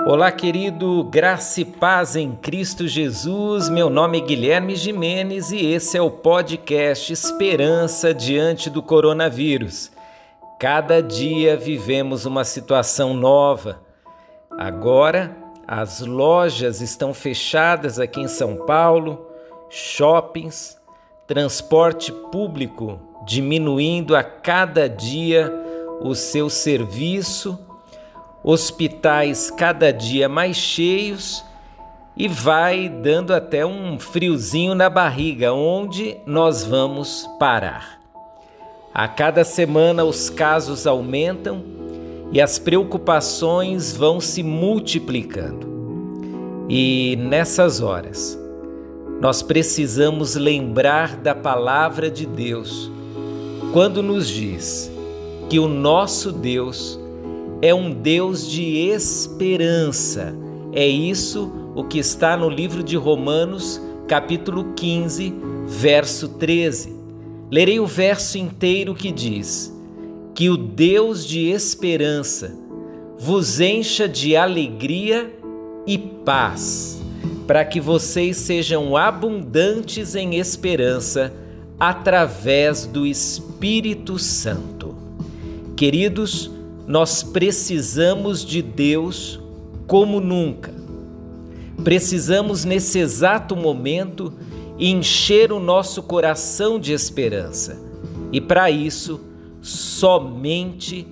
Olá, querido, graça e paz em Cristo Jesus. Meu nome é Guilherme Gimenez e esse é o podcast Esperança diante do coronavírus. Cada dia vivemos uma situação nova. Agora, as lojas estão fechadas aqui em São Paulo, shoppings, transporte público diminuindo a cada dia o seu serviço, hospitais cada dia mais cheios e vai dando até um friozinho na barriga, onde nós vamos parar. A cada semana os casos aumentam e as preocupações vão se multiplicando. E nessas horas, nós precisamos lembrar da palavra de Deus, quando nos diz que o nosso Deus é um Deus de esperança. É isso o que está no livro de Romanos, capítulo 15, verso 13. Lerei o verso inteiro que diz: que o Deus de esperança vos encha de alegria e paz, para que vocês sejam abundantes em esperança através do Espírito Santo. Queridos, nós precisamos de Deus como nunca. Precisamos nesse exato momento encher o nosso coração de esperança. E para isso, somente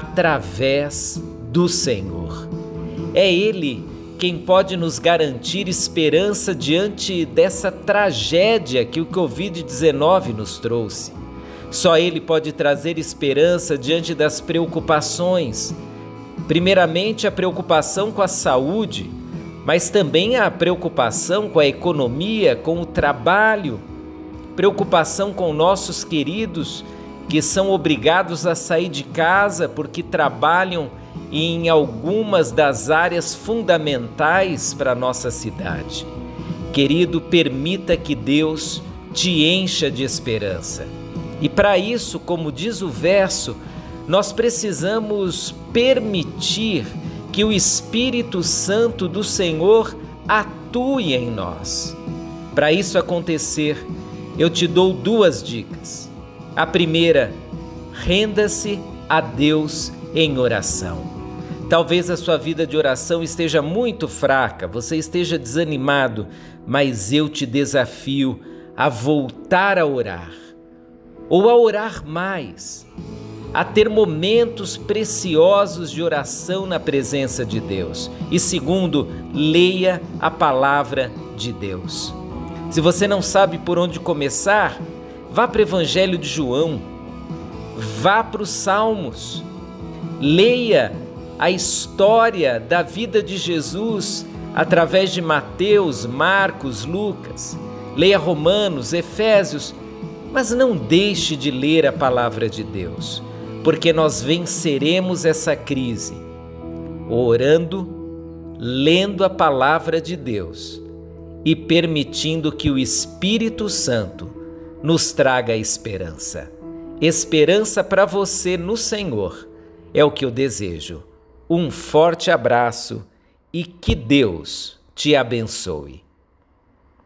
através do Senhor. É Ele quem pode nos garantir esperança diante dessa tragédia que o Covid-19 nos trouxe. Só Ele pode trazer esperança diante das preocupações. Primeiramente, a preocupação com a saúde, mas também a preocupação com a economia, com o trabalho, preocupação com nossos queridos que são obrigados a sair de casa porque trabalham em algumas das áreas fundamentais para a nossa cidade. Querido, permita que Deus te encha de esperança. E para isso, como diz o verso, nós precisamos permitir que o Espírito Santo do Senhor atue em nós. Para isso acontecer, eu te dou duas dicas. A primeira, renda-se a Deus em oração. Talvez a sua vida de oração esteja muito fraca, você esteja desanimado, mas eu te desafio a voltar a orar. Ou a orar mais, a ter momentos preciosos de oração na presença de Deus. E segundo, leia a palavra de Deus. Se você não sabe por onde começar, vá para o Evangelho de João, vá para os Salmos, leia a história da vida de Jesus através de Mateus, Marcos, Lucas, leia Romanos, Efésios, mas não deixe de ler a palavra de Deus, porque nós venceremos essa crise orando, lendo a palavra de Deus e permitindo que o Espírito Santo nos traga esperança. Esperança para você no Senhor é o que eu desejo. Um forte abraço e que Deus te abençoe.